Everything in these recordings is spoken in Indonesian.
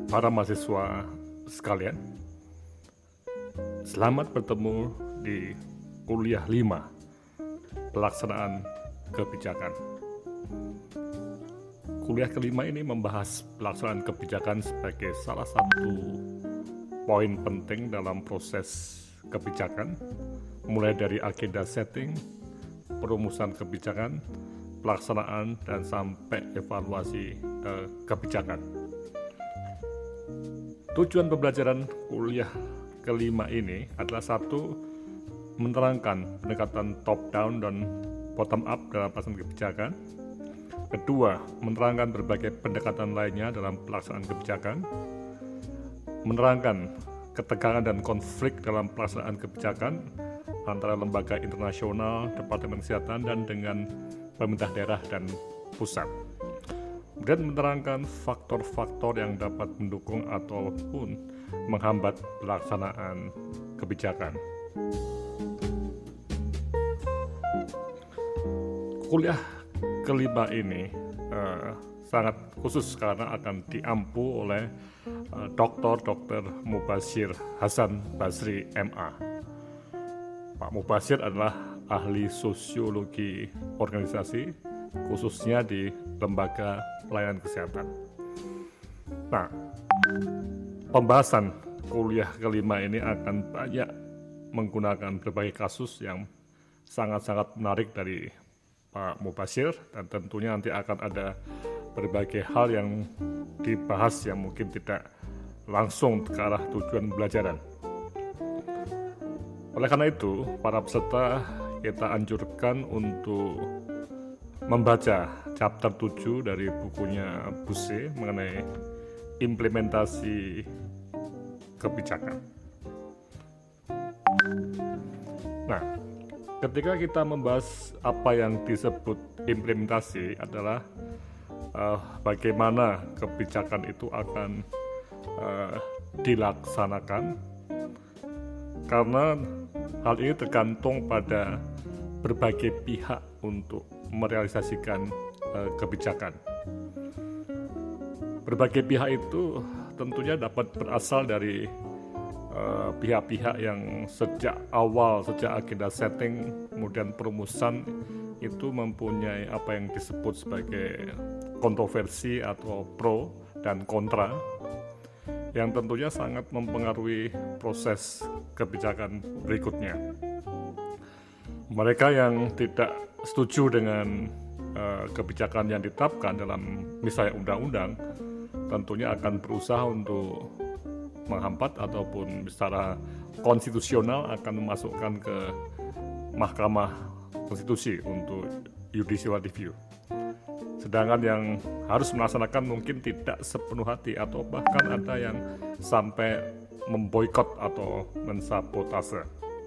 para mahasiswa sekalian, selamat bertemu di kuliah 5 pelaksanaan kebijakan. Kuliah kelima ini membahas pelaksanaan kebijakan sebagai salah satu poin penting dalam proses kebijakan, mulai dari agenda setting, perumusan kebijakan, pelaksanaan, dan sampai evaluasi kebijakan. Tujuan pembelajaran kuliah kelima ini adalah satu, menerangkan pendekatan top-down dan bottom-up dalam pelaksanaan kebijakan. Kedua, menerangkan berbagai pendekatan lainnya dalam pelaksanaan kebijakan. Menerangkan ketegangan dan konflik dalam pelaksanaan kebijakan antara lembaga internasional, Departemen Kesehatan, dan dengan pemerintah daerah dan pusat. Kemudian menerangkan faktor-faktor yang dapat mendukung ataupun menghambat pelaksanaan kebijakan. Kuliah kelima ini sangat khusus karena akan diampu oleh Dr. Mubashir Hasan Basri MA. Pak Mubashir adalah ahli sosiologi organisasi, khususnya di lembaga pelayanan kesehatan. Nah, pembahasan kuliah kelima ini akan banyak menggunakan berbagai kasus yang sangat-sangat menarik dari Pak Mubashir, dan tentunya nanti akan ada berbagai hal yang dibahas yang mungkin tidak langsung ke arah tujuan pembelajaran. Oleh karena itu, para peserta kita anjurkan untuk membaca chapter 7 dari bukunya Busse mengenai implementasi kebijakan. Nah, ketika kita membahas apa yang disebut implementasi adalah bagaimana kebijakan itu akan dilaksanakan, karena hal ini tergantung pada berbagai pihak untuk merealisasikan kebijakan. Berbagai pihak itu tentunya dapat berasal dari pihak-pihak yang sejak awal, sejak agenda setting, kemudian perumusan itu mempunyai apa yang disebut sebagai kontroversi atau pro dan kontra, yang tentunya sangat mempengaruhi proses kebijakan berikutnya. Mereka yang tidak setuju dengan kebijakan yang ditetapkan dalam misalnya undang-undang, tentunya akan berusaha untuk menghambat ataupun secara konstitusional akan memasukkan ke Mahkamah Konstitusi untuk judicial review. Sedangkan yang harus melaksanakan mungkin tidak sepenuh hati atau bahkan ada yang sampai memboikot atau mensabotase.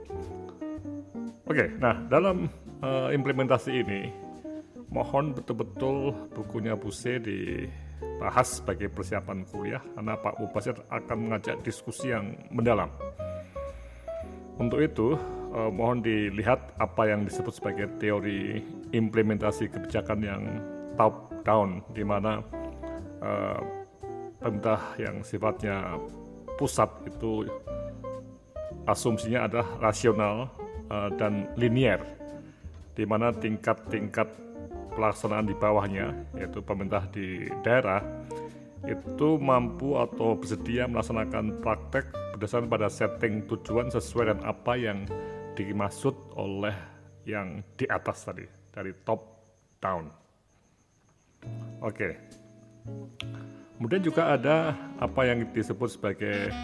Oke, nah dalam implementasi ini mohon betul-betul bukunya Busse dibahas sebagai persiapan kuliah, karena Pak Mubashir akan mengajak diskusi yang mendalam. Untuk itu, mohon dilihat apa yang disebut sebagai teori implementasi kebijakan yang top-down, di mana pemerintah yang sifatnya pusat itu asumsinya adalah rasional dan linier, di mana tingkat-tingkat pelaksanaan di bawahnya, yaitu pemerintah di daerah, itu mampu atau bersedia melaksanakan praktek berdasarkan pada setting tujuan sesuai dengan apa yang dimaksud oleh yang di atas tadi, dari top down. Oke. Kemudian juga ada apa yang disebut sebagai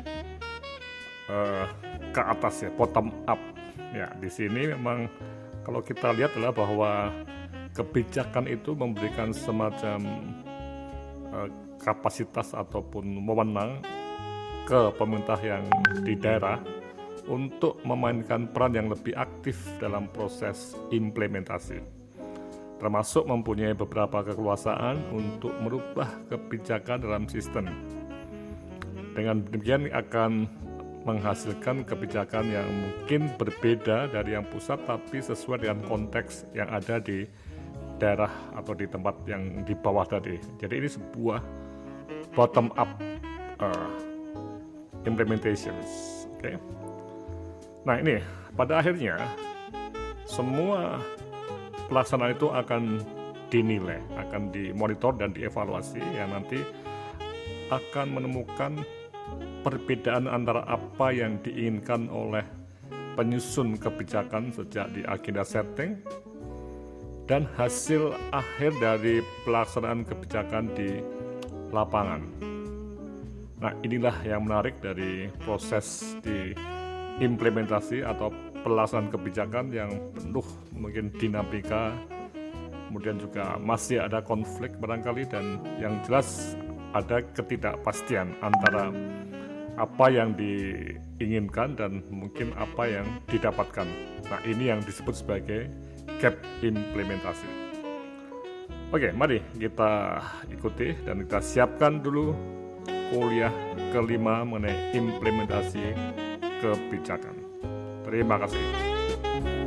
ke atas ya, bottom up. Ya, di sini memang kalau kita lihat adalah bahwa kebijakan itu memberikan semacam kapasitas ataupun wewenang ke pemerintah yang di daerah untuk memainkan peran yang lebih aktif dalam proses implementasi, termasuk mempunyai beberapa kekuasaan untuk merubah kebijakan dalam sistem. Dengan demikian akan menghasilkan kebijakan yang mungkin berbeda dari yang pusat, tapi sesuai dengan konteks yang ada di daerah atau di tempat yang di bawah tadi. Jadi ini sebuah bottom up implementations. Oke. Nah ini pada akhirnya semua pelaksanaan itu akan dinilai, akan dimonitor dan dievaluasi yang nanti akan menemukan perbedaan antara apa yang diinginkan oleh penyusun kebijakan sejak di agenda setting dan hasil akhir dari pelaksanaan kebijakan di lapangan. Nah, inilah yang menarik dari proses di implementasi atau pelaksanaan kebijakan yang penuh mungkin dinamika, kemudian juga masih ada konflik barangkali, dan yang jelas ada ketidakpastian antara apa yang diinginkan dan mungkin apa yang didapatkan. Nah, ini yang disebut sebagai gap implementasi. Oke, mari kita ikuti dan kita siapkan dulu kuliah kelima mengenai implementasi kebijakan. Terima kasih.